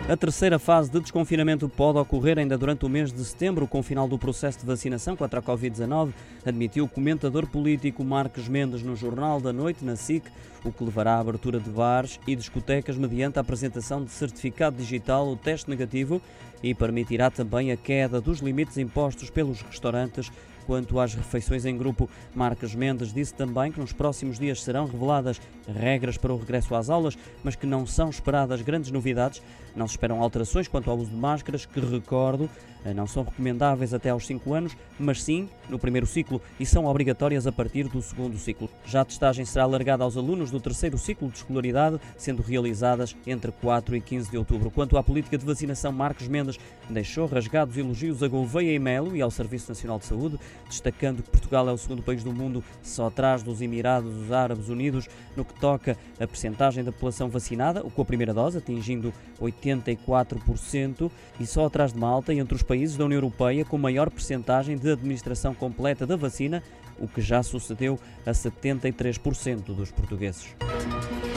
A terceira fase de desconfinamento pode ocorrer ainda durante o mês de setembro, com o final do processo de vacinação contra a Covid-19, admitiu o comentador político Marcos Mendes no Jornal da Noite, na SIC, o que levará à abertura de bares e discotecas mediante a apresentação de certificado digital ou teste negativo e permitirá também a queda dos limites impostos pelos restaurantes. Quanto às refeições em grupo, Marcos Mendes disse também que nos próximos dias serão reveladas regras para o regresso às aulas, mas que não são esperadas grandes novidades. Não se esperam alterações quanto ao uso de máscaras, que, recordo, não são recomendáveis até aos 5 anos, mas sim no primeiro ciclo e são obrigatórias a partir do segundo ciclo. Já a testagem será alargada aos alunos do terceiro ciclo de escolaridade, sendo realizadas entre 4 e 15 de outubro. Quanto à política de vacinação, Marcos Mendes deixou rasgados elogios a Gouveia e Melo e ao Serviço Nacional de Saúde, destacando que Portugal é o segundo país do mundo, só atrás dos Emirados Árabes Unidos, no que toca a percentagem da população vacinada, com a primeira dose, atingindo 84%, e só atrás de Malta e entre os países da União Europeia com maior percentagem de administração completa da vacina, o que já sucedeu a 73% dos portugueses.